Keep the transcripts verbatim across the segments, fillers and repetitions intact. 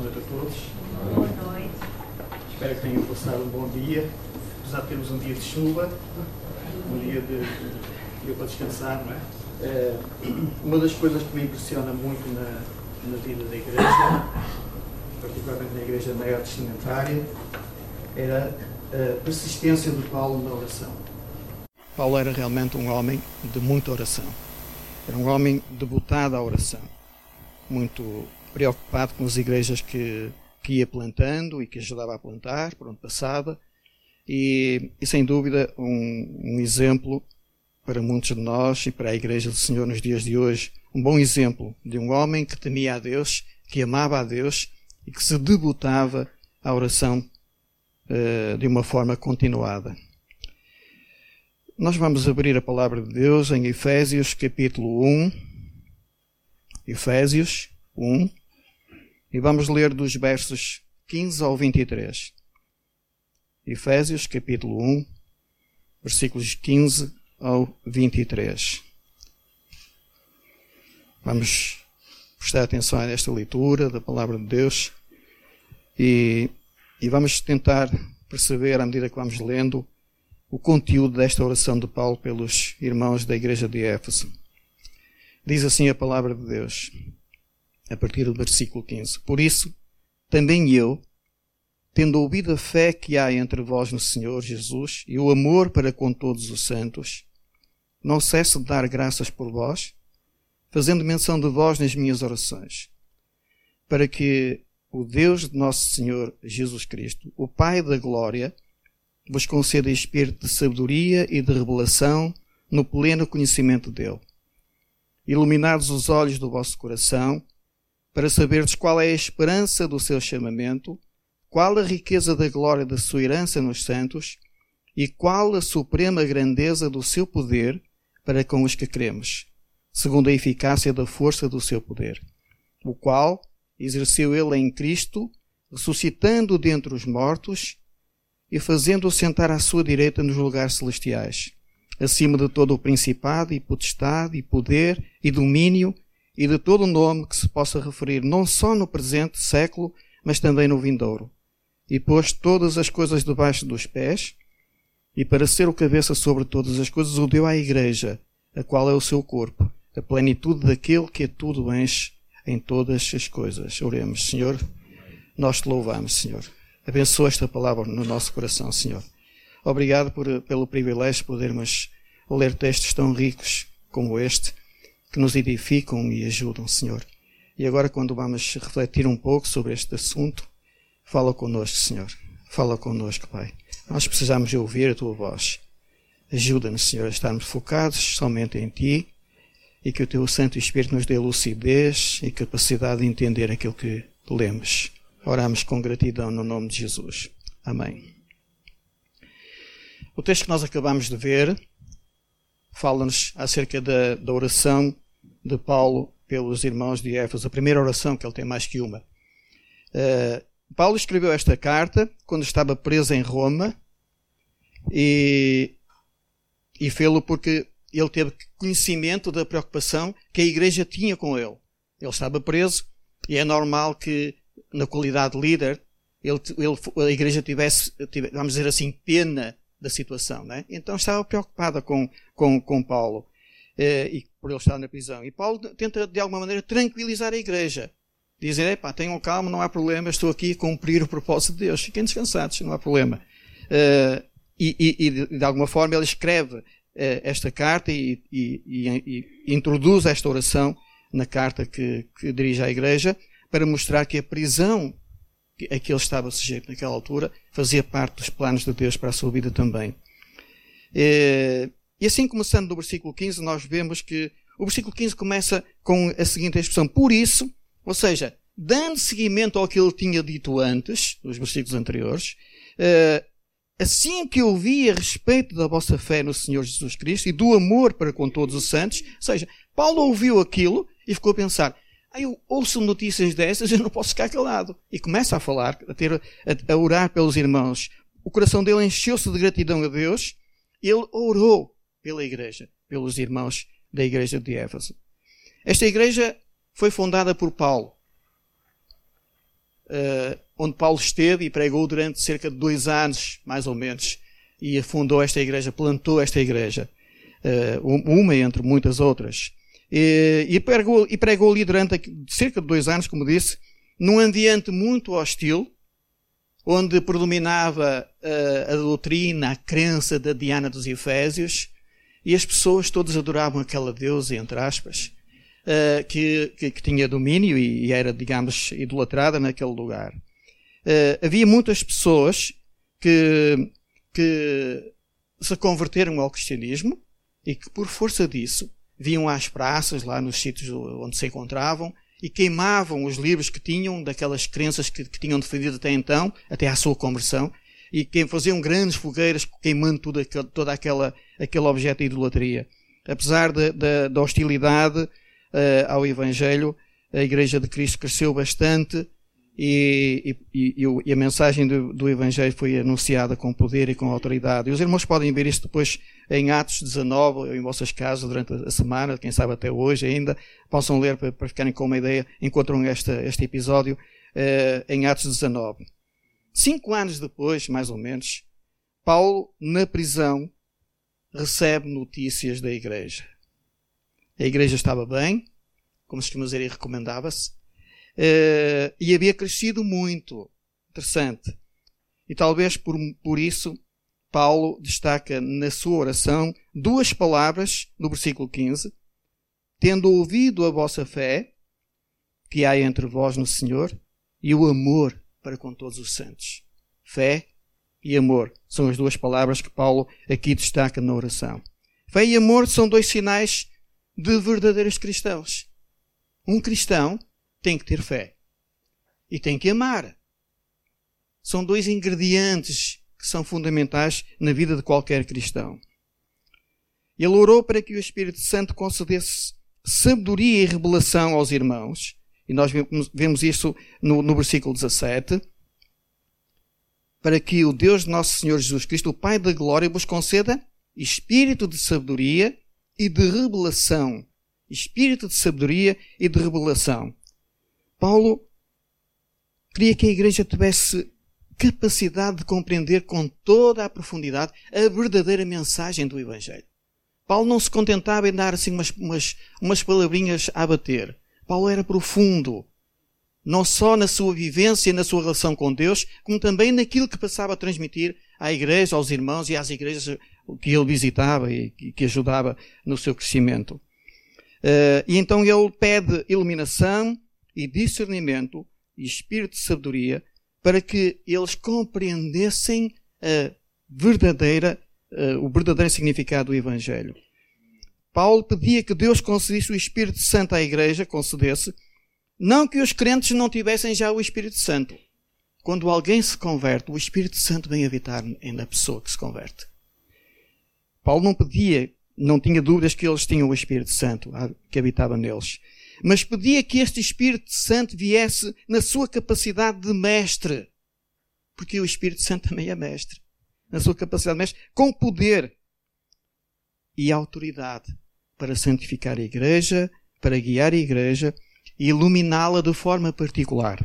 noite a todos. Boa noite. Espero que tenham passado um bom dia, apesar de termos um dia de chuva, um dia de, de, de para descansar, não é? É? Uma das coisas que me impressiona muito na, na vida da igreja, particularmente na igreja neotestamentária, era a persistência de Paulo na oração. Paulo era realmente um homem de muita oração. Era um homem devotado à oração, muito preocupado com as igrejas que, que ia plantando e que ajudava a plantar, por onde passava, e, e sem dúvida um, um exemplo para muitos de nós e para a Igreja do Senhor nos dias de hoje, um bom exemplo de um homem que temia a Deus, que amava a Deus e que se devotava à oração uh, de uma forma continuada. Nós vamos abrir a palavra de Deus em Efésios capítulo um, Efésios um, e vamos ler dos versos quinze ao vinte e três. Efésios capítulo um, versículos quinze ao vinte e três. Vamos prestar atenção a esta leitura da palavra de Deus e, e vamos tentar perceber, à medida que vamos lendo, o conteúdo desta oração de Paulo pelos irmãos da igreja de Éfeso. Diz assim a palavra de Deus, a partir do versículo quinze. Por isso, também eu, tendo ouvido a fé que há entre vós no Senhor Jesus e o amor para com todos os santos, não cesso de dar graças por vós, fazendo menção de vós nas minhas orações, para que o Deus de nosso Senhor Jesus Cristo, o Pai da glória, vos conceda espírito de sabedoria e de revelação no pleno conhecimento dele. Iluminados os olhos do vosso coração, para saberdes qual é a esperança do seu chamamento, qual a riqueza da glória da sua herança nos santos e qual a suprema grandeza do seu poder para com os que cremos, segundo a eficácia da força do seu poder, o qual exerceu ele em Cristo, ressuscitando dentre os mortos e fazendo-o sentar à sua direita nos lugares celestiais, acima de todo o principado e potestade e poder e domínio e de todo o nome que se possa referir não só no presente século, mas também no vindouro. E pôs todas as coisas debaixo dos pés, e para ser o cabeça sobre todas as coisas o deu à igreja, a qual é o seu corpo, a plenitude daquele que a tudo enche em todas as coisas. Oremos, Senhor, nós te louvamos, Senhor. Abençoa esta palavra no nosso coração, Senhor. Obrigado por, pelo privilégio de podermos ler textos tão ricos como este, que nos edificam e ajudam, Senhor. E agora, quando vamos refletir um pouco sobre este assunto, fala connosco, Senhor. Fala connosco, Pai. Nós precisamos de ouvir a Tua voz. Ajuda-nos, Senhor, a estarmos focados somente em Ti e que o Teu Santo Espírito nos dê lucidez e capacidade de entender aquilo que lemos. Oramos com gratidão no nome de Jesus. Amém. O texto que nós acabamos de ver fala-nos acerca da, da oração de Paulo pelos irmãos de Éfeso, a primeira oração, que ele tem mais que uma. Uh, Paulo escreveu esta carta quando estava preso em Roma e, e fê-lo porque ele teve conhecimento da preocupação que a igreja tinha com ele. Ele estava preso e é normal que, na qualidade de líder, ele, ele, a igreja tivesse, tivesse, vamos dizer assim, pena da situação, não é? Então estava preocupada com, com, com Paulo eh, e por ele estar na prisão. E Paulo tenta, de alguma maneira, tranquilizar a igreja. Dizer, epá, tenham calma, não há problema, estou aqui a cumprir o propósito de Deus. Fiquem descansados, não há problema. Uh, e, e, e, de, de alguma forma, ele escreve uh, esta carta e, e, e, e introduz esta oração na carta que, que dirige à igreja para mostrar que a prisão a que ele estava sujeito naquela altura fazia parte dos planos de Deus para a sua vida também. Uh, e assim, começando do versículo quinze, nós vemos que o versículo quinze começa com a seguinte expressão, por isso, ou seja, dando seguimento ao que ele tinha dito antes, nos versículos anteriores, uh, assim que ouvi a respeito da vossa fé no Senhor Jesus Cristo e do amor para com todos os santos, ou seja, Paulo ouviu aquilo e ficou a pensar, ah, eu ouço notícias dessas, eu não posso ficar calado. E começa a falar, a, ter, a, a orar pelos irmãos. O coração dele encheu-se de gratidão a Deus e ele orou pela igreja, pelos irmãos da igreja de Éfeso. Esta igreja foi fundada por Paulo. uh, onde Paulo esteve e pregou durante cerca de dois anos, mais ou menos, e fundou esta igreja, plantou esta igreja, uh, uma entre muitas outras. E, e, pregou, e pregou ali durante cerca de dois anos, como disse, num ambiente muito hostil, onde predominava uh, a doutrina, a crença da Diana dos Efésios, e as pessoas todas adoravam aquela deusa, entre aspas, uh, que, que, que tinha domínio e, e era, digamos, idolatrada naquele lugar. Uh, havia muitas pessoas que, que se converteram ao cristianismo e que, por força disso, vinham às praças, lá nos sítios onde se encontravam, e queimavam os livros que tinham, daquelas crenças que, que tinham defendido até então, até à sua conversão, e que faziam grandes fogueiras, queimando tudo, toda aquela, aquele objeto de idolatria. Apesar de, de, da hostilidade uh, ao Evangelho, a Igreja de Cristo cresceu bastante, e, e, e, e a mensagem do, do Evangelho foi anunciada com poder e com autoridade. E os irmãos podem ver isto depois em Atos dezanove, ou em vossas casas durante a semana, quem sabe até hoje ainda, possam ler para, para ficarem com uma ideia, encontram esta, este episódio uh, em Atos dezanove. Cinco anos depois, mais ou menos, Paulo, na prisão, recebe notícias da igreja. A igreja estava bem, como se costuma dizer, e recomendava-se, Uh, e havia crescido muito. Interessante. E talvez por, por isso Paulo destaca na sua oração duas palavras no versículo quinze. Tendo ouvido a vossa fé, que há entre vós no Senhor, e o amor para com todos os santos. Fé e amor são as duas palavras que Paulo aqui destaca na oração. Fé e amor são dois sinais de verdadeiros cristãos. Um cristão tem que ter fé. E tem que amar. São dois ingredientes que são fundamentais na vida de qualquer cristão. Ele orou para que o Espírito Santo concedesse sabedoria e revelação aos irmãos. E nós vemos isso no, no versículo dezassete. Para que o Deus de nosso Senhor Jesus Cristo, o Pai da Glória, vos conceda espírito de sabedoria e de revelação. Espírito de sabedoria e de revelação. Paulo queria que a igreja tivesse capacidade de compreender com toda a profundidade a verdadeira mensagem do Evangelho. Paulo não se contentava em dar assim umas, umas, umas palavrinhas a bater. Paulo era profundo, não só na sua vivência e na sua relação com Deus, como também naquilo que passava a transmitir à igreja, aos irmãos e às igrejas que ele visitava e que ajudava no seu crescimento. Uh, e então ele pede iluminação e discernimento e espírito de sabedoria para que eles compreendessem a verdadeira, uh, o verdadeiro significado do Evangelho. Paulo pedia que Deus concedesse o Espírito Santo à igreja, concedesse, não que os crentes não tivessem já o Espírito Santo. Quando alguém se converte, o Espírito Santo vem habitar na pessoa que se converte. Paulo não pedia, não tinha dúvidas que eles tinham o Espírito Santo que habitava neles. Mas pedia que este Espírito Santo viesse na sua capacidade de mestre. Porque o Espírito Santo também é mestre. Na sua capacidade de mestre, com poder e autoridade para santificar a igreja, para guiar a igreja e iluminá-la de forma particular.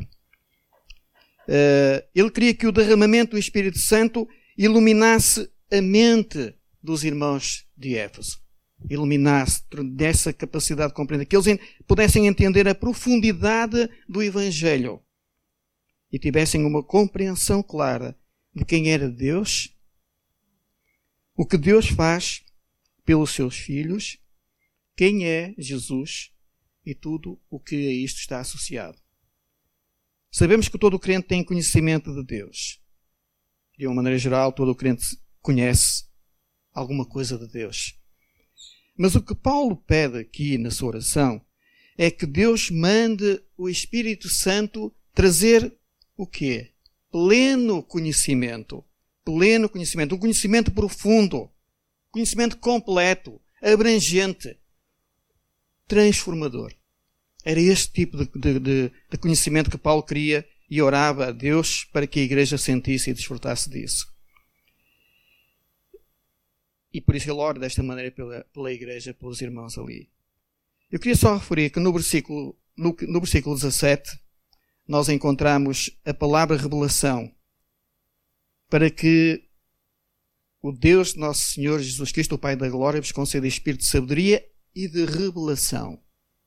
Ele queria que o derramamento do Espírito Santo iluminasse a mente dos irmãos de Éfeso. Iluminasse, dessa capacidade de compreender, que eles pudessem entender a profundidade do Evangelho e tivessem uma compreensão clara de quem era Deus, o que Deus faz pelos seus filhos, quem é Jesus e tudo o que a isto está associado. Sabemos que todo crente tem conhecimento de Deus. De uma maneira geral, todo crente conhece alguma coisa de Deus. Mas o que Paulo pede aqui na sua oração é que Deus mande o Espírito Santo trazer o quê? Pleno conhecimento. Pleno conhecimento. Um conhecimento profundo. Conhecimento completo. Abrangente. Transformador. Era este tipo de, de, de, de conhecimento que Paulo queria e orava a Deus para que a igreja sentisse e desfrutasse disso. E por isso ele ora desta maneira pela, pela igreja, pelos irmãos ali. Eu queria só referir que no versículo, no, no versículo dezassete nós encontramos a palavra revelação, para que o Deus de nosso Senhor Jesus Cristo, o Pai da Glória, vos conceda espírito de sabedoria e de revelação.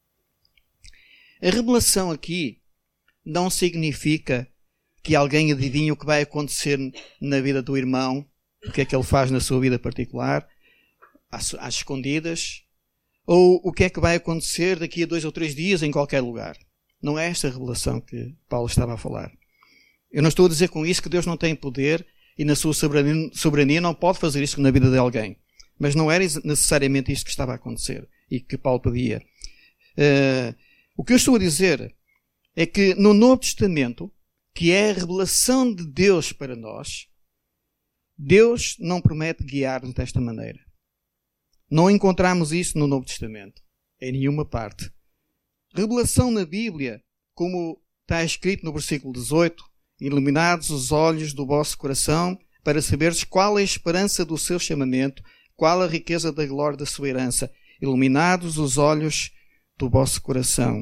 A revelação aqui não significa que alguém adivinhe o que vai acontecer na vida do irmão, o que é que ele faz na sua vida particular, às, às escondidas, ou o que é que vai acontecer daqui a dois ou três dias em qualquer lugar. Não é esta a revelação que Paulo estava a falar. Eu não estou a dizer com isso que Deus não tem poder e na sua soberania, soberania não pode fazer isso na vida de alguém. Mas não era necessariamente isto que estava a acontecer e que Paulo pedia. Uh, o que eu estou a dizer é que no Novo Testamento, que é a revelação de Deus para nós, Deus não promete guiar-nos desta maneira. Não encontramos isso no Novo Testamento, em nenhuma parte. Revelação na Bíblia, como está escrito no versículo dezoito, iluminados os olhos do vosso coração, para saberes qual é a esperança do seu chamamento, qual a riqueza da glória da sua herança. Iluminados os olhos do vosso coração.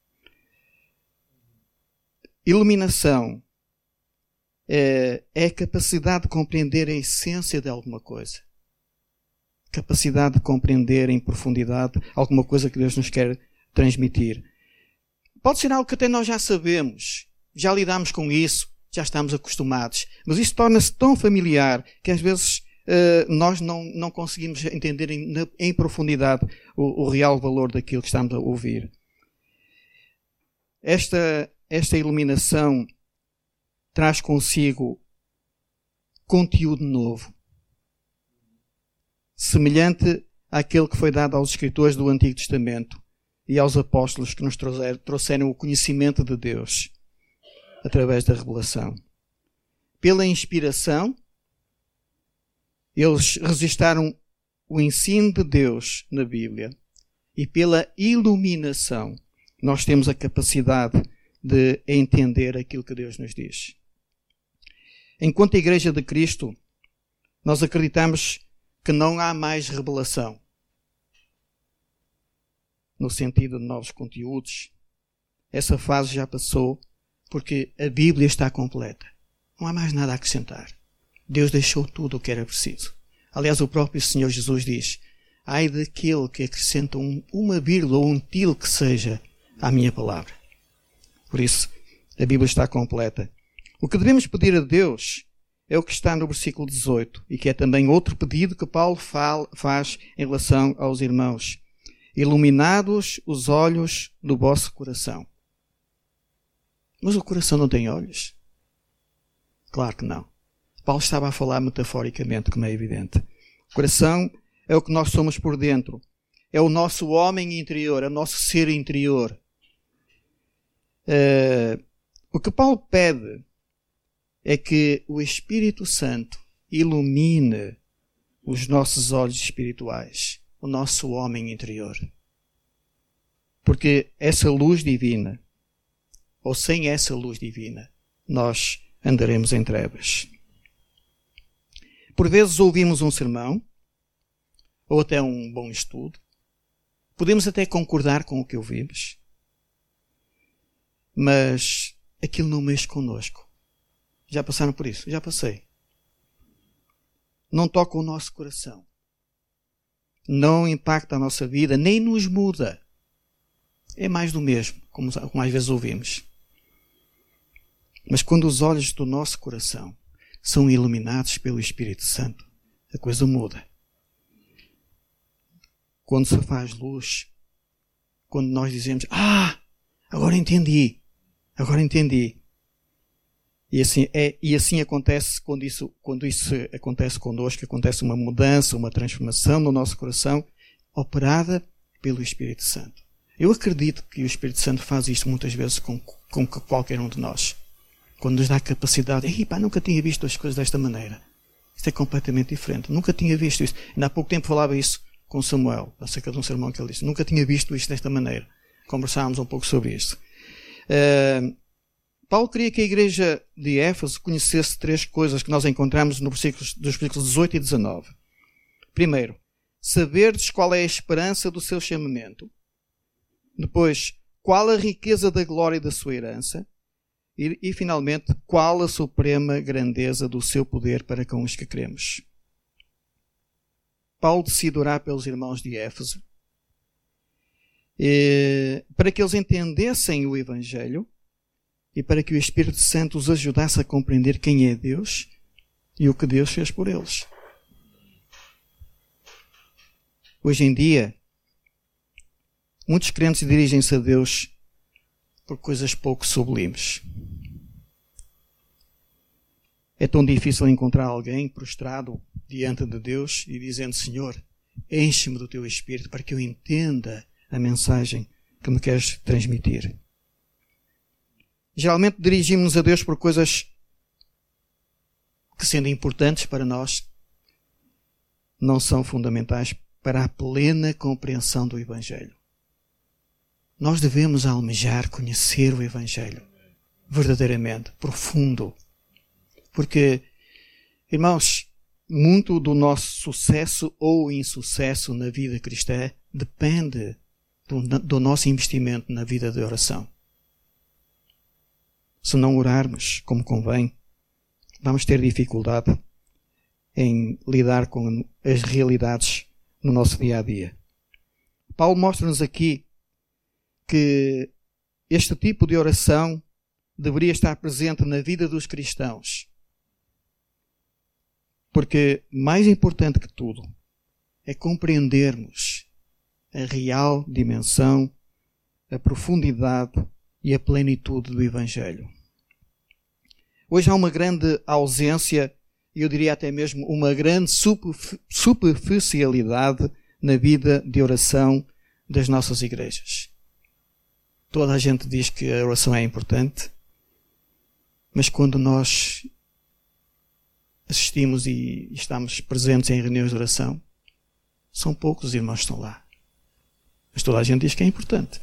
Iluminação é, é a capacidade de compreender a essência de alguma coisa. Capacidade de compreender em profundidade alguma coisa que Deus nos quer transmitir. Pode ser algo que até nós já sabemos. Já lidamos com isso, já estamos acostumados. Mas isso torna-se tão familiar que às vezes uh, nós não, não conseguimos entender em, em profundidade o, o real valor daquilo que estamos a ouvir. Esta, esta iluminação traz consigo conteúdo novo, semelhante àquele que foi dado aos escritores do Antigo Testamento e aos apóstolos que nos trouxeram, trouxeram o conhecimento de Deus através da revelação. Pela inspiração, eles registaram o ensino de Deus na Bíblia. E pela iluminação, nós temos a capacidade de entender aquilo que Deus nos diz. Enquanto a Igreja de Cristo, nós acreditamos que não há mais revelação, no sentido de novos conteúdos. Essa fase já passou, porque a Bíblia está completa. Não há mais nada a acrescentar. Deus deixou tudo o que era preciso. Aliás, o próprio Senhor Jesus diz: ai daquele que acrescenta um, uma vírgula ou um til que seja à minha palavra. Por isso, a Bíblia está completa. O que devemos pedir a Deus é o que está no versículo dezoito, e que é também outro pedido que Paulo fala, faz em relação aos irmãos. Iluminados os olhos do vosso coração. Mas o coração não tem olhos? Claro que não. Paulo estava a falar metaforicamente, como é evidente. O coração é o que nós somos por dentro. É o nosso homem interior, é o nosso ser interior. Uh, o que Paulo pede é que o Espírito Santo ilumine os nossos olhos espirituais, o nosso homem interior. Porque essa luz divina, ou sem essa luz divina, nós andaremos em trevas. Por vezes ouvimos um sermão, ou até um bom estudo. Podemos até concordar com o que ouvimos. Mas aquilo não mexe connosco. Já passaram por isso? Já passei. Não toca o nosso coração. Não impacta a nossa vida, nem nos muda. É mais do mesmo, como, como às vezes ouvimos. Mas quando os olhos do nosso coração são iluminados pelo Espírito Santo, a coisa muda. Quando se faz luz, quando nós dizemos: ah, agora entendi, agora entendi. E assim, é, e assim acontece quando isso, quando isso acontece connosco, acontece uma mudança, uma transformação no nosso coração, operada pelo Espírito Santo. Eu acredito que o Espírito Santo faz isto muitas vezes com, com qualquer um de nós. Quando nos dá a capacidade, ei pá, nunca tinha visto as coisas desta maneira. Isto é completamente diferente. Nunca tinha visto isso. Ainda há pouco tempo falava isso com Samuel, acerca de um sermão que ele disse. Nunca tinha visto isto desta maneira. Conversávamos um pouco sobre isso. Uh, Paulo queria que a igreja de Éfeso conhecesse três coisas que nós encontramos no versículos, dos versículos dezoito e dezanove. Primeiro, saberdes qual é a esperança do seu chamamento. Depois, qual a riqueza da glória da sua herança. E, e finalmente, qual a suprema grandeza do seu poder para com os que cremos? Paulo decide orar pelos irmãos de Éfeso e, para que eles entendessem o Evangelho e para que o Espírito Santo os ajudasse a compreender quem é Deus e o que Deus fez por eles. Hoje em dia, muitos crentes dirigem-se a Deus por coisas pouco sublimes. É tão difícil encontrar alguém prostrado diante de Deus e dizendo: Senhor, enche-me do teu Espírito para que eu entenda a mensagem que me queres transmitir. Geralmente dirigimos-nos a Deus por coisas que, sendo importantes para nós, não são fundamentais para a plena compreensão do Evangelho. Nós devemos almejar conhecer o Evangelho verdadeiramente, profundo. Porque, irmãos, muito do nosso sucesso ou insucesso na vida cristã depende do, do nosso investimento na vida de oração. Se não orarmos como convém, vamos ter dificuldade em lidar com as realidades no nosso dia a dia. Paulo mostra-nos aqui que este tipo de oração deveria estar presente na vida dos cristãos. Porque mais importante que tudo é compreendermos a real dimensão, a profundidade e a plenitude do Evangelho. Hoje há uma grande ausência, eu diria até mesmo uma grande superficialidade na vida de oração das nossas igrejas. Toda a gente diz que a oração é importante, mas quando nós assistimos e estamos presentes em reuniões de oração, são poucos os irmãos que estão lá. Mas toda a gente diz que é importante.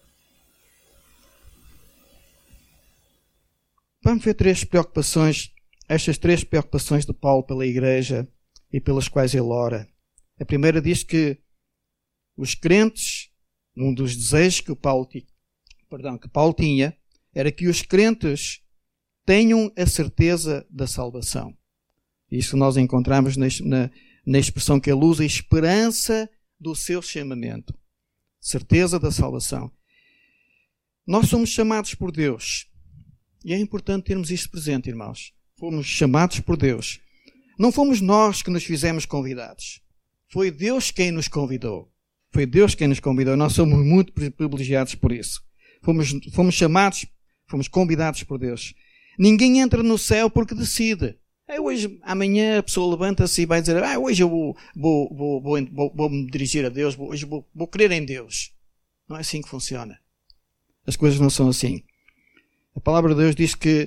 Vamos ver três preocupações, estas três preocupações de Paulo pela igreja e pelas quais ele ora. A primeira diz que os crentes, um dos desejos que Paulo, perdão, que Paulo tinha, era que os crentes tenham a certeza da salvação. Isso nós encontramos na, na, na expressão que ele usa, esperança do seu chamamento. Certeza da salvação. Nós somos chamados por Deus. E é importante termos isto presente, irmãos. Fomos chamados por Deus. Não fomos nós que nos fizemos convidados. Foi Deus quem nos convidou. Foi Deus quem nos convidou. Nós somos muito privilegiados por isso. Fomos, fomos chamados, fomos convidados por Deus. Ninguém entra no céu porque decide. É, hoje, amanhã a pessoa levanta-se e vai dizer: ah, hoje eu vou, vou, vou, vou, vou, vou me dirigir a Deus, hoje vou, vou crer em Deus. Não é assim que funciona. As coisas não são assim. A palavra de Deus diz que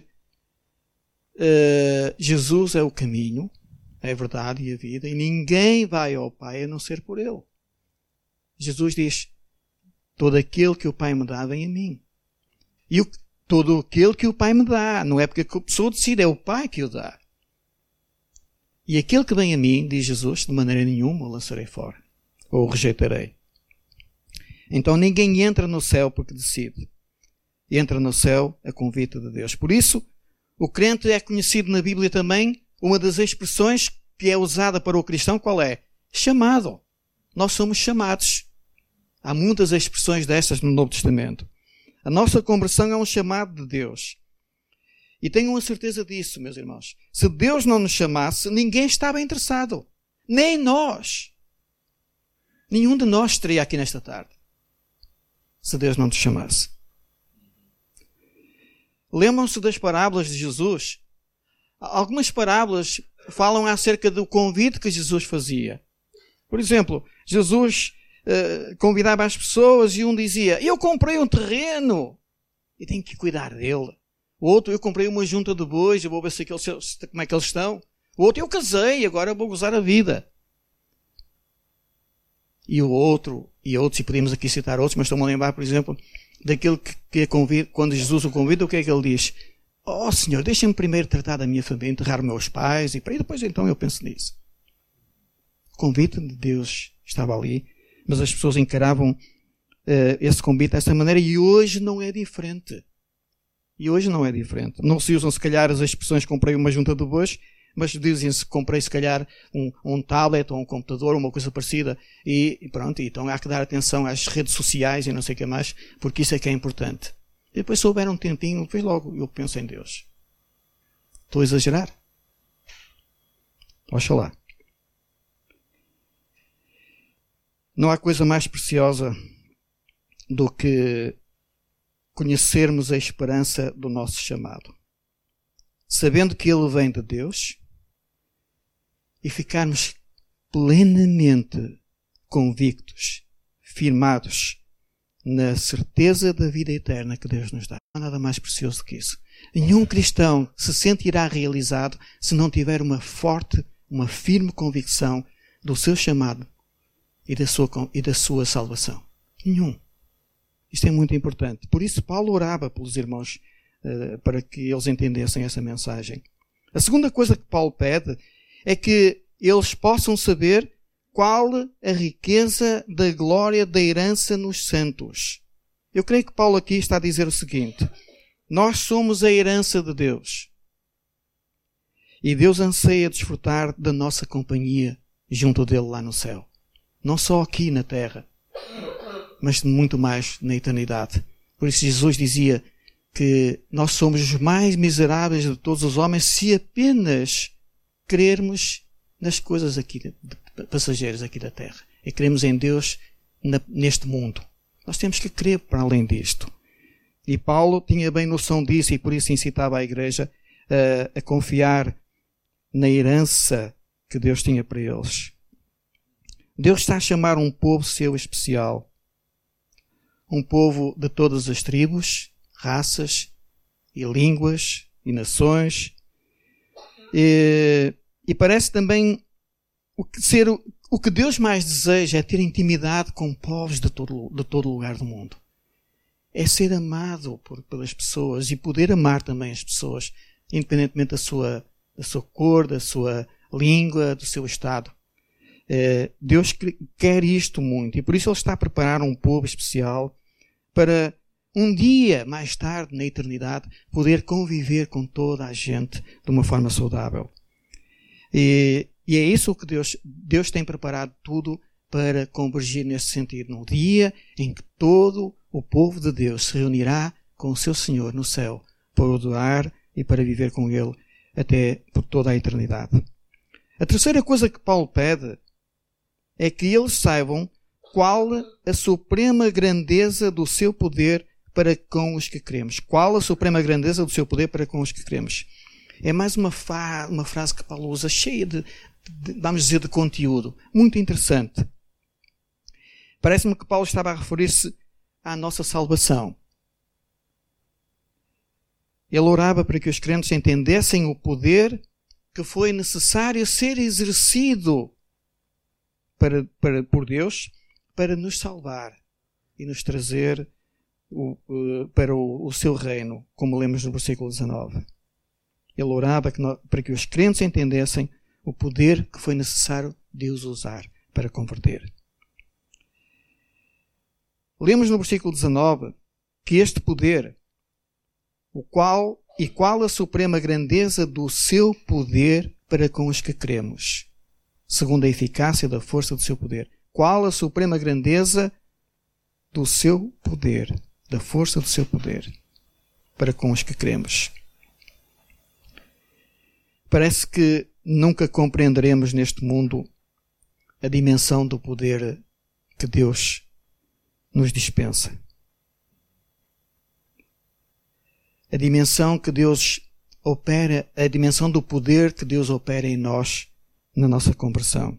uh, Jesus é o caminho, é a verdade e a vida, e ninguém vai ao Pai a não ser por Ele. Jesus diz: todo aquele que o Pai me dá vem a mim. E o, todo aquele que o Pai me dá, não é porque a pessoa decide, é o Pai que o dá. E aquele que vem a mim, diz Jesus, de maneira nenhuma o lançarei fora, ou o rejeitarei. Então ninguém entra no céu porque decide. Entra no céu a convite de Deus. Por isso, o crente é conhecido na Bíblia também, uma das expressões que é usada para o cristão, qual é? Chamado. Nós somos chamados. Há muitas expressões destas no Novo Testamento. A nossa conversão é um chamado de Deus. E tenham a certeza disso, meus irmãos. Se Deus não nos chamasse, ninguém estava interessado. Nem nós. Nenhum de nós estaria aqui nesta tarde. Se Deus não nos chamasse. Lembram-se das parábolas de Jesus? Algumas parábolas falam acerca do convite que Jesus fazia. Por exemplo, Jesus uh, convidava as pessoas e um dizia: eu comprei um terreno e tenho que cuidar dele. O outro: eu comprei uma junta de bois e vou ver se aqueles, como é que eles estão. O outro: eu casei e agora vou gozar a vida. E o outro, e outros, e podemos aqui citar outros, mas estou-me a lembrar, por exemplo, daquele que, que convida, quando Jesus o convida, o que é que ele diz? Oh Senhor, deixa-me primeiro tratar da minha família, enterrar meus pais, e depois então eu penso nisso. O convite de Deus estava ali, mas as pessoas encaravam uh, esse convite dessa maneira, e hoje não é diferente. E hoje não é diferente. Não se usam, se calhar, as expressões comprei uma junta de bois, mas dizem-se comprei, se calhar, um, um tablet ou um computador, uma coisa parecida. E, e pronto, então há que dar atenção às redes sociais e não sei o que mais, porque isso é que é importante. E depois, se houver um tempinho, depois logo eu penso em Deus. Estou a exagerar? Oxalá. Não há coisa mais preciosa do que conhecermos a esperança do nosso chamado. Sabendo que ele vem de Deus e ficarmos plenamente convictos, firmados na certeza da vida eterna que Deus nos dá. Não há nada mais precioso do que isso. Nenhum cristão se sentirá realizado se não tiver uma forte, uma firme convicção do seu chamado e da sua, e da sua salvação. Nenhum. Isto é muito importante. Por isso Paulo orava pelos irmãos uh, para que eles entendessem essa mensagem. A segunda coisa que Paulo pede é que eles possam saber qual a riqueza da glória da herança nos santos. Eu creio que Paulo aqui está a dizer o seguinte: nós somos a herança de Deus. E Deus anseia desfrutar da nossa companhia junto dele lá no céu. Não só aqui na terra, mas muito mais na eternidade. Por isso Jesus dizia que nós somos os mais miseráveis de todos os homens se apenas crermos nas coisas aqui, de, de, passageiras aqui da terra. E cremos em Deus na, neste mundo. Nós temos que crer para além disto. E Paulo tinha bem noção disso e por isso incitava a igreja a, a confiar na herança que Deus tinha para eles. Deus está a chamar um povo seu especial. Um povo de todas as tribos, raças e línguas e nações. E, e parece também o que, ser, o que Deus mais deseja é ter intimidade com povos de todo, de todo lugar do mundo. É ser amado por, pelas pessoas e poder amar também as pessoas, independentemente da sua, da sua cor, da sua língua, do seu estado. É, Deus quer isto muito e por isso Ele está a preparar um povo especial para um dia, mais tarde, na eternidade, poder conviver com toda a gente de uma forma saudável. E, e é isso que Deus, Deus tem preparado tudo para convergir nesse sentido. No dia em que todo o povo de Deus se reunirá com o seu Senhor no céu para o adorar e para viver com Ele até por toda a eternidade. A terceira coisa que Paulo pede é que eles saibam qual a suprema grandeza do seu poder para com os que queremos. Qual a suprema grandeza do seu poder para com os que queremos. É mais uma, fa- uma frase que Paulo usa, cheia de, de, vamos dizer, de conteúdo. Muito interessante. Parece-me que Paulo estava a referir-se à nossa salvação. Ele orava para que os crentes entendessem o poder que foi necessário ser exercido para, para, por Deus para nos salvar e nos trazer o, uh, para o, o seu reino, como lemos no versículo dezanove. Ele orava que nós, para que os crentes entendessem o poder que foi necessário Deus usar para converter. Lemos no versículo dezanove que este poder, o qual e qual a suprema grandeza do seu poder para com os que cremos, segundo a eficácia da força do seu poder. Qual a suprema grandeza do seu poder, da força do seu poder, para com os que cremos. Parece que nunca compreenderemos neste mundo a dimensão do poder que Deus nos dispensa. A dimensão que Deus opera, a dimensão do poder que Deus opera em nós, na nossa conversão.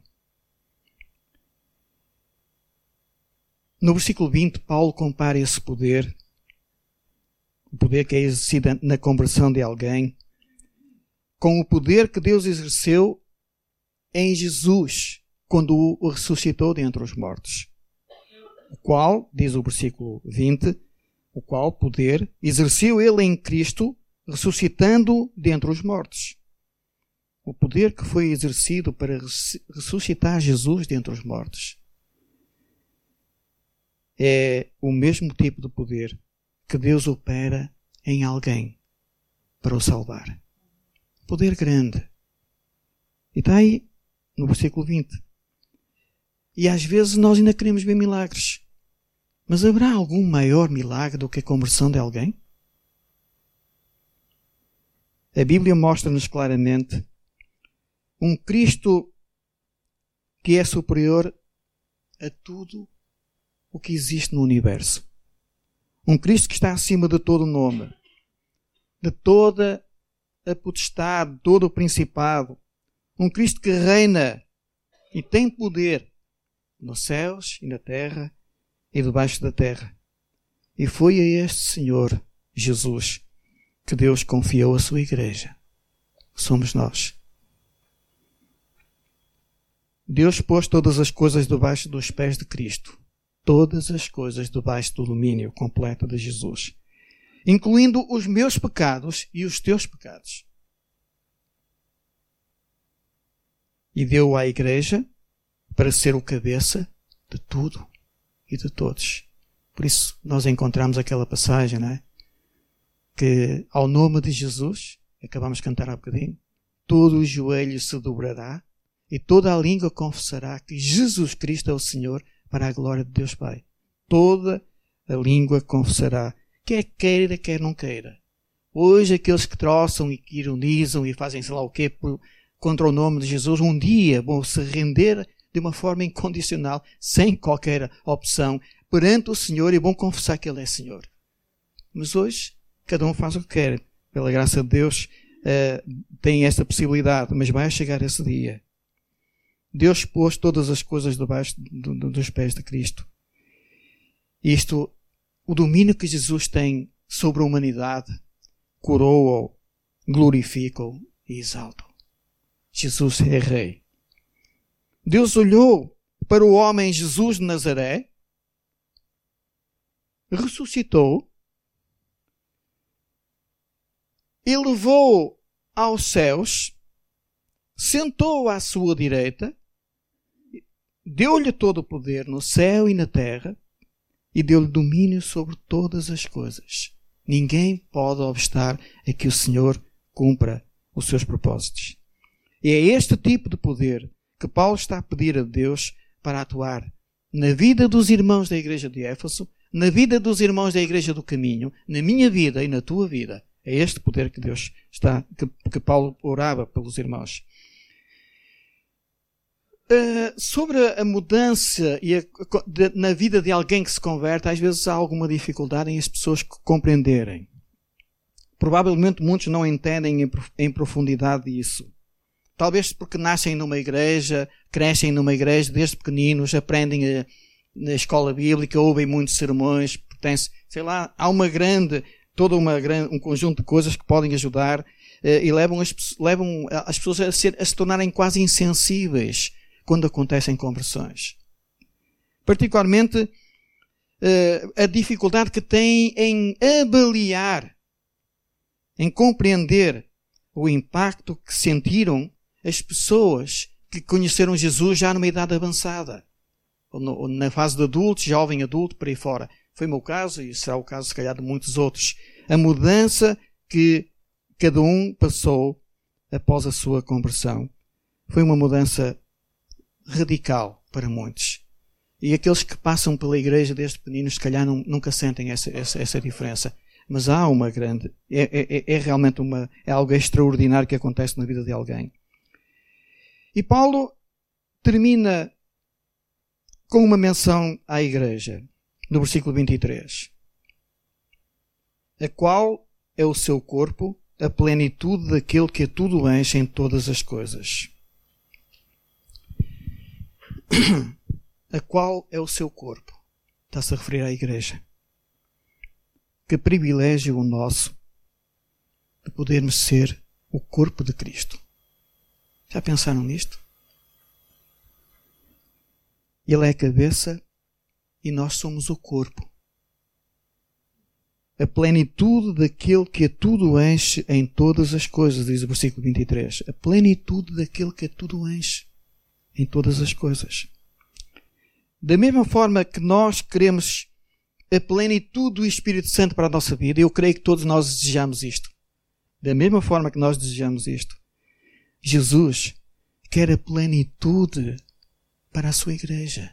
No versículo vinte, Paulo compara esse poder, o poder que é exercido na conversão de alguém, com o poder que Deus exerceu em Jesus, quando o ressuscitou dentre os mortos. O qual, diz o versículo vinte, o qual poder exerceu ele em Cristo, ressuscitando dentre os mortos. O poder que foi exercido para ressuscitar Jesus dentre os mortos é o mesmo tipo de poder que Deus opera em alguém para o salvar. Poder grande. E está aí no versículo vinte. E às vezes nós ainda queremos ver milagres. Mas haverá algum maior milagre do que a conversão de alguém? A Bíblia mostra-nos claramente um Cristo que é superior a tudo o que existe no universo. Um Cristo que está acima de todo nome, de toda a potestade, de todo o principado. Um Cristo que reina e tem poder nos céus e na terra e debaixo da terra. E foi a este Senhor Jesus que Deus confiou a sua igreja. Somos nós. Deus pôs todas as coisas debaixo dos pés de Cristo. Todas as coisas debaixo do domínio completo de Jesus. Incluindo os meus pecados e os teus pecados. E deu à igreja para ser o cabeça de tudo e de todos. Por isso nós encontramos aquela passagem, não é? Que ao nome de Jesus, acabamos de cantar há bocadinho, todo o joelho se dobrará e toda a língua confessará que Jesus Cristo é o Senhor para a glória de Deus Pai. Toda a língua confessará, quer queira, quer não queira. Hoje aqueles que troçam e que ironizam e fazem sei lá o quê por, contra o nome de Jesus, um dia vão se render de uma forma incondicional, sem qualquer opção, perante o Senhor e vão confessar que Ele é Senhor. Mas hoje, cada um faz o que quer. Pela graça de Deus, uh, tem esta possibilidade, mas vai chegar esse dia. Deus pôs todas as coisas debaixo do, do, dos pés de Cristo. Isto, o domínio que Jesus tem sobre a humanidade, coroa-o, glorifica-o e exalta-o. Jesus é Rei. Deus olhou para o homem Jesus de Nazaré, ressuscitou, elevou-o aos céus, sentou-o à sua direita, deu-lhe todo o poder no céu e na terra e deu-lhe domínio sobre todas as coisas. Ninguém pode obstar a que o Senhor cumpra os seus propósitos. E é este tipo de poder que Paulo está a pedir a Deus para atuar na vida dos irmãos da igreja de Éfeso, na vida dos irmãos da igreja do caminho, na minha vida e na tua vida. É este poder que Deus está, que, que Paulo orava pelos irmãos. Uh, sobre a mudança e a, de, na vida de alguém que se converte, às vezes há alguma dificuldade em as pessoas compreenderem. Provavelmente muitos não entendem em, em profundidade isso. Talvez porque nascem numa igreja, crescem numa igreja desde pequeninos, aprendem a, na escola bíblica, ouvem muitos sermões, pertence, sei lá, há uma grande, todo uma grande, um conjunto de coisas que podem ajudar uh, e levam as, levam as pessoas a, ser, a se tornarem quase insensíveis quando acontecem conversões. Particularmente uh, a dificuldade que têm em avaliar, em compreender o impacto que sentiram as pessoas que conheceram Jesus já numa idade avançada, ou, no, ou na fase de adulto, jovem adulto, por aí fora. Foi o meu caso e será o caso, se calhar, de muitos outros. A mudança que cada um passou após a sua conversão foi uma mudança radical para muitos. E aqueles que passam pela igreja desde pequeninos, se calhar, não, nunca sentem essa, essa, essa diferença. Mas há uma grande... É, é, é realmente uma, é algo extraordinário que acontece na vida de alguém. E Paulo termina com uma menção à igreja, no versículo vinte e três. A qual é o seu corpo, a plenitude daquele que a tudo enche em todas as coisas. A qual é o seu corpo? Está-se a referir à igreja. Que privilégio o nosso de podermos ser o corpo de Cristo. Já pensaram nisto? Ele é a cabeça e nós somos o corpo. A plenitude daquele que a tudo enche em todas as coisas, diz o versículo vinte e três. A plenitude daquele que a tudo enche em todas as coisas. Da mesma forma que nós queremos a plenitude do Espírito Santo para a nossa vida. Eu creio que todos nós desejamos isto. Da mesma forma que nós desejamos isto, Jesus quer a plenitude para a sua igreja.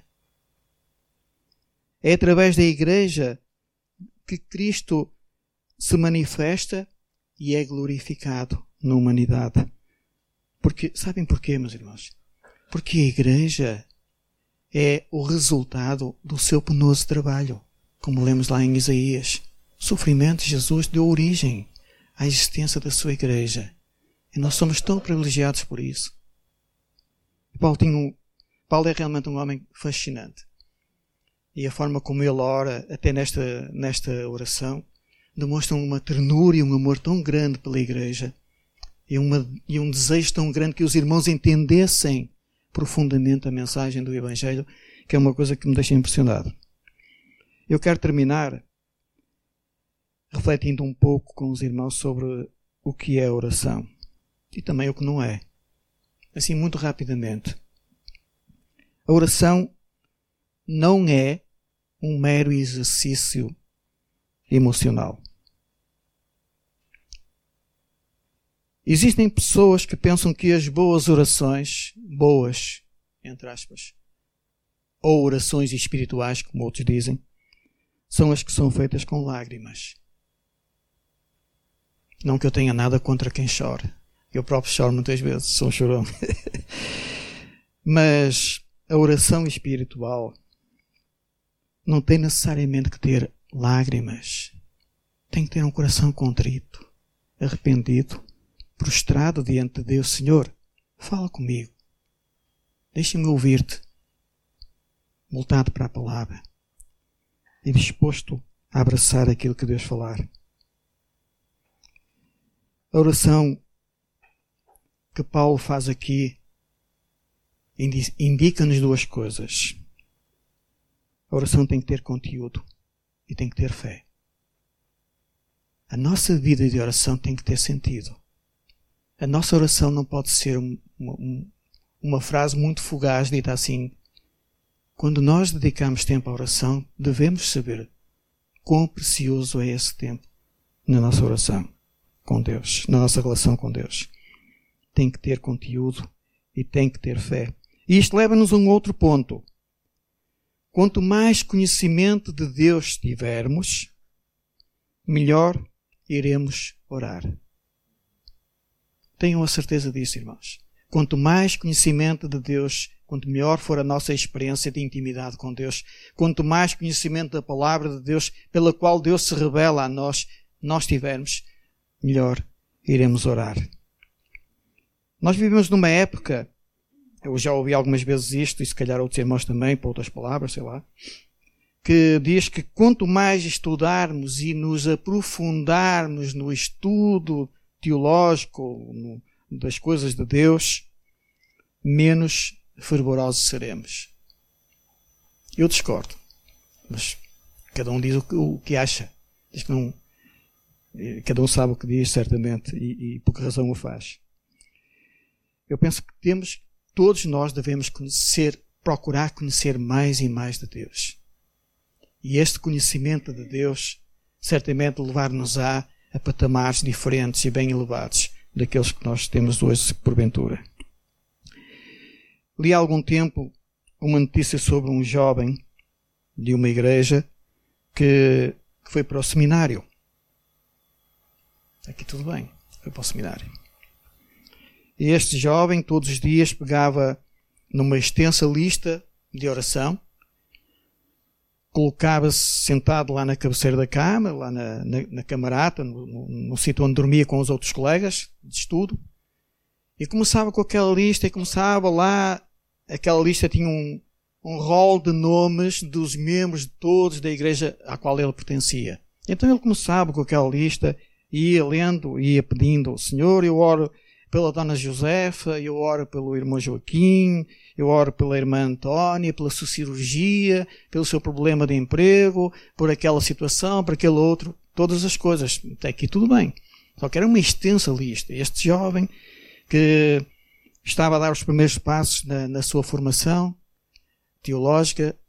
É através da igreja que Cristo se manifesta e é glorificado na humanidade. Porque, sabem porquê, meus irmãos? Porque a igreja é o resultado do seu penoso trabalho. Como lemos lá em Isaías. O sofrimento de Jesus deu origem à existência da sua igreja. E nós somos tão privilegiados por isso. Paulo, tinha um, Paulo é realmente um homem fascinante. E a forma como ele ora, até nesta, nesta oração, demonstra uma ternura e um amor tão grande pela igreja. E, uma, e um desejo tão grande que os irmãos entendessem profundamente a mensagem do Evangelho, que é uma coisa que me deixa impressionado. Eu quero terminar refletindo um pouco com os irmãos sobre o que é a oração e também o que não é. Assim, muito rapidamente. A oração não é um mero exercício emocional. Existem pessoas que pensam que as boas orações, boas, entre aspas, ou orações espirituais, como outros dizem, são as que são feitas com lágrimas. Não que eu tenha nada contra quem chora. Eu próprio choro muitas vezes, sou um chorão. Mas a oração espiritual não tem necessariamente que ter lágrimas. Tem que ter um coração contrito, arrependido, prostrado diante de Deus. Senhor, fala comigo. Deixa-me ouvir-te. Voltado para a palavra. E disposto a abraçar aquilo que Deus falar. A oração que Paulo faz aqui indica-nos duas coisas. A oração tem que ter conteúdo e tem que ter fé. A nossa vida de oração tem que ter sentido. A nossa oração não pode ser um, um, uma frase muito fugaz dita assim. Quando nós dedicamos tempo à oração, devemos saber quão precioso é esse tempo na nossa oração com Deus, na nossa relação com Deus. Tem que ter conteúdo e tem que ter fé. E isto leva-nos a um outro ponto. Quanto mais conhecimento de Deus tivermos, melhor iremos orar. Tenham a certeza disso, irmãos. Quanto mais conhecimento de Deus, quanto melhor for a nossa experiência de intimidade com Deus, quanto mais conhecimento da palavra de Deus, pela qual Deus se revela a nós, nós tivermos, melhor iremos orar. Nós vivemos numa época, eu já ouvi algumas vezes isto, e se calhar outros irmãos também, por outras palavras, sei lá, que diz que quanto mais estudarmos e nos aprofundarmos no estudo teológico, no, das coisas de Deus, menos fervorosos seremos. Eu discordo, mas cada um diz o que, o que acha. Diz que não, cada um sabe o que diz, certamente, e, e por que razão o faz. Eu penso que temos, todos nós devemos conhecer, procurar conhecer mais e mais de Deus. E este conhecimento de Deus certamente levar-nos-á a patamares diferentes e bem elevados daqueles que nós temos hoje, porventura. Li há algum tempo uma notícia sobre um jovem de uma igreja que, que foi para o seminário. Aqui tudo bem, foi para o seminário. E este jovem todos os dias pegava numa extensa lista de oração, colocava-se sentado lá na cabeceira da cama, lá na, na, na camarata, no, no, no sítio onde dormia com os outros colegas de estudo, e começava com aquela lista, e começava lá, aquela lista tinha um, um rol de nomes dos membros de todos da igreja à qual ele pertencia. Então ele começava com aquela lista, e ia lendo, ia pedindo, Senhor, eu oro pela dona Josefa, eu oro pelo irmão Joaquim, eu oro pela irmã Antónia, pela sua cirurgia, pelo seu problema de emprego, por aquela situação, por aquele outro, todas as coisas. Até aqui tudo bem. Só que era uma extensa lista. Este jovem que estava a dar os primeiros passos na, na sua formação teológica,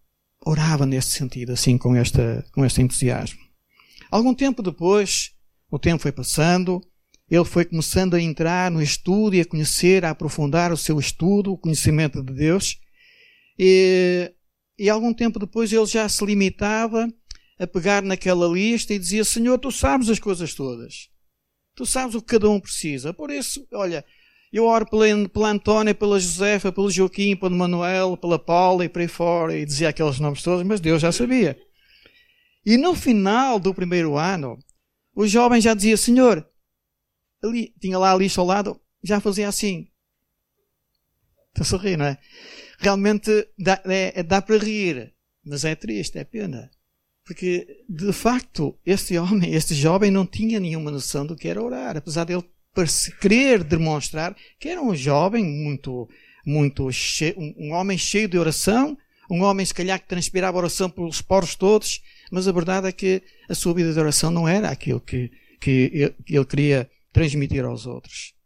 orava neste sentido, assim, com, esta, com este entusiasmo. Algum tempo depois, o tempo foi passando, ele foi começando a entrar no estudo e a conhecer, a aprofundar o seu estudo, o conhecimento de Deus. E, e algum tempo depois ele já se limitava a pegar naquela lista e dizia: Senhor, tu sabes as coisas todas. Tu sabes o que cada um precisa. Por isso, olha, eu oro pela, pela Antónia, pela Josefa, pelo Joaquim, pelo Manuel, pela Paula e por aí fora. E dizia aqueles nomes todos, mas Deus já sabia. E no final do primeiro ano, o jovem já dizia: Senhor, ali, tinha lá a lista ao lado, já fazia assim. Estou a rir, não é? Realmente dá, é, dá para rir, mas é triste, é pena. Porque, de facto, este homem, este jovem não tinha nenhuma noção do que era orar, apesar de ele querer demonstrar que era um jovem muito, muito cheio, um, um homem cheio de oração, um homem, se calhar, que transpirava oração pelos poros todos, mas a verdade é que a sua vida de oração não era aquilo que, que, ele, que ele queria transmitir aos outros.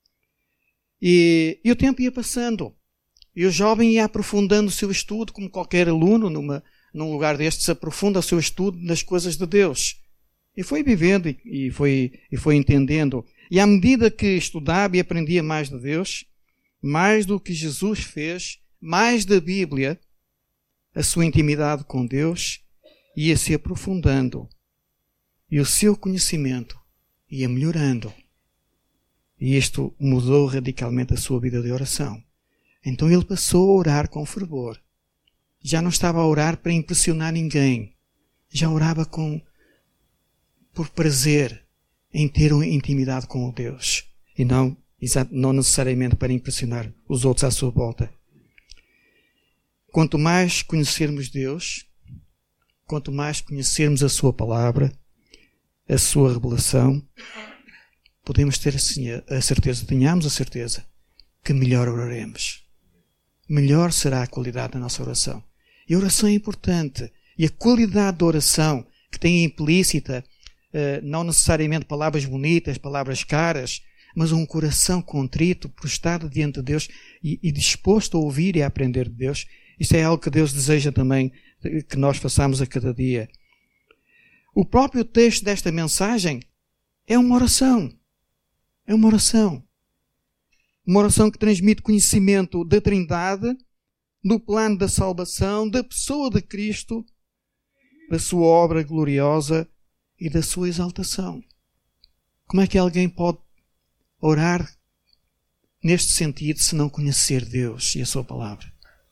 E, e o tempo ia passando. E o jovem ia aprofundando o seu estudo, como qualquer aluno numa, num lugar destes aprofunda o seu estudo nas coisas de Deus. E foi vivendo e, e, foi, e foi entendendo. E à medida que estudava e aprendia mais de Deus, mais do que Jesus fez, mais da Bíblia, a sua intimidade com Deus ia se aprofundando. E o seu conhecimento ia melhorando. E isto mudou radicalmente a sua vida de oração. Então ele passou a orar com fervor. Já não estava a orar para impressionar ninguém. Já orava com, por prazer em ter uma intimidade com o Deus. E não, não necessariamente para impressionar os outros à sua volta. Quanto mais conhecermos Deus, quanto mais conhecermos a sua palavra, a sua revelação, podemos ter a certeza, tenhamos a certeza, que melhor oraremos. Melhor será a qualidade da nossa oração. E a oração é importante. E a qualidade da oração, que tem implícita, não necessariamente palavras bonitas, palavras caras, mas um coração contrito, prostrado diante de Deus e, e disposto a ouvir e a aprender de Deus, isso é algo que Deus deseja também que nós façamos a cada dia. O próprio texto desta mensagem é uma oração. É uma oração. Uma oração que transmite conhecimento da Trindade, do plano da salvação, da pessoa de Cristo, da sua obra gloriosa e da sua exaltação. Como é que alguém pode orar neste sentido se não conhecer Deus e a sua palavra?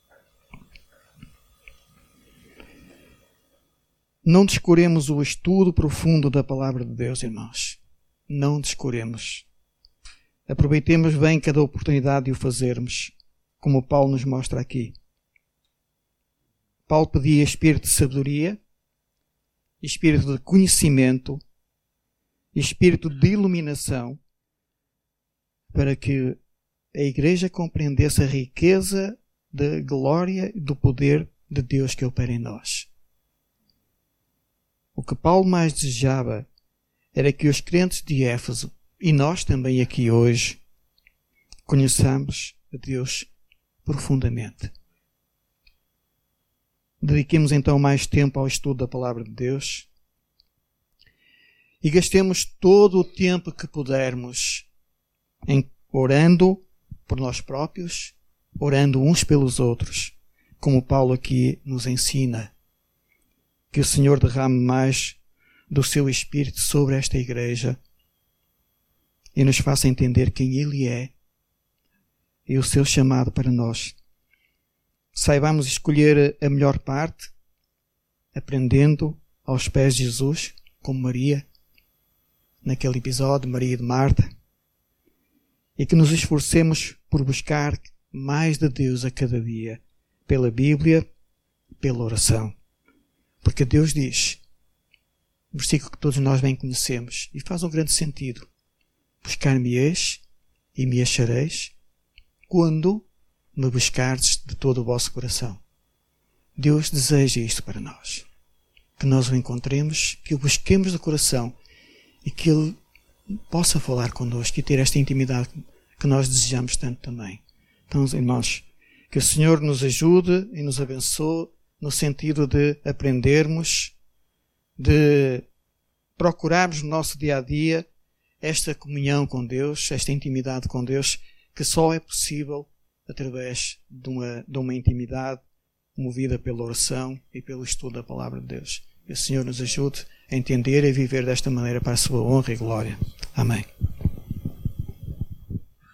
Não descuremos o estudo profundo da palavra de Deus, irmãos. Não descuremos. Aproveitemos bem cada oportunidade de o fazermos, como Paulo nos mostra aqui. Paulo pedia espírito de sabedoria, espírito de conhecimento, espírito de iluminação, para que a igreja compreendesse a riqueza da glória e do poder de Deus que opera em nós. O que Paulo mais desejava era que os crentes de Éfeso, e nós também aqui hoje, conheçamos a Deus profundamente. Dediquemos então mais tempo ao estudo da palavra de Deus e gastemos todo o tempo que pudermos em orando por nós próprios, orando uns pelos outros, como Paulo aqui nos ensina. Que o Senhor derrame mais do seu Espírito sobre esta igreja e nos faça entender quem Ele é e o seu chamado para nós. Saibamos escolher a melhor parte, aprendendo aos pés de Jesus, como Maria, naquele episódio, Maria de Marta, e que nos esforcemos por buscar mais de Deus a cada dia, pela Bíblia, pela oração. Porque Deus diz, um versículo que todos nós bem conhecemos, e faz um grande sentido: buscar-me-eis e me achareis quando me buscardes de todo o vosso coração. Deus deseja isto para nós. Que nós o encontremos, que o busquemos de coração e que Ele possa falar connosco e ter esta intimidade que nós desejamos tanto também. Então, irmãos, que o Senhor nos ajude e nos abençoe no sentido de aprendermos, de procurarmos no nosso dia-a-dia esta comunhão com Deus, esta intimidade com Deus, que só é possível através de uma, de uma intimidade movida pela oração e pelo estudo da Palavra de Deus. Que o Senhor nos ajude a entender e a viver desta maneira para a sua honra e glória. Amém.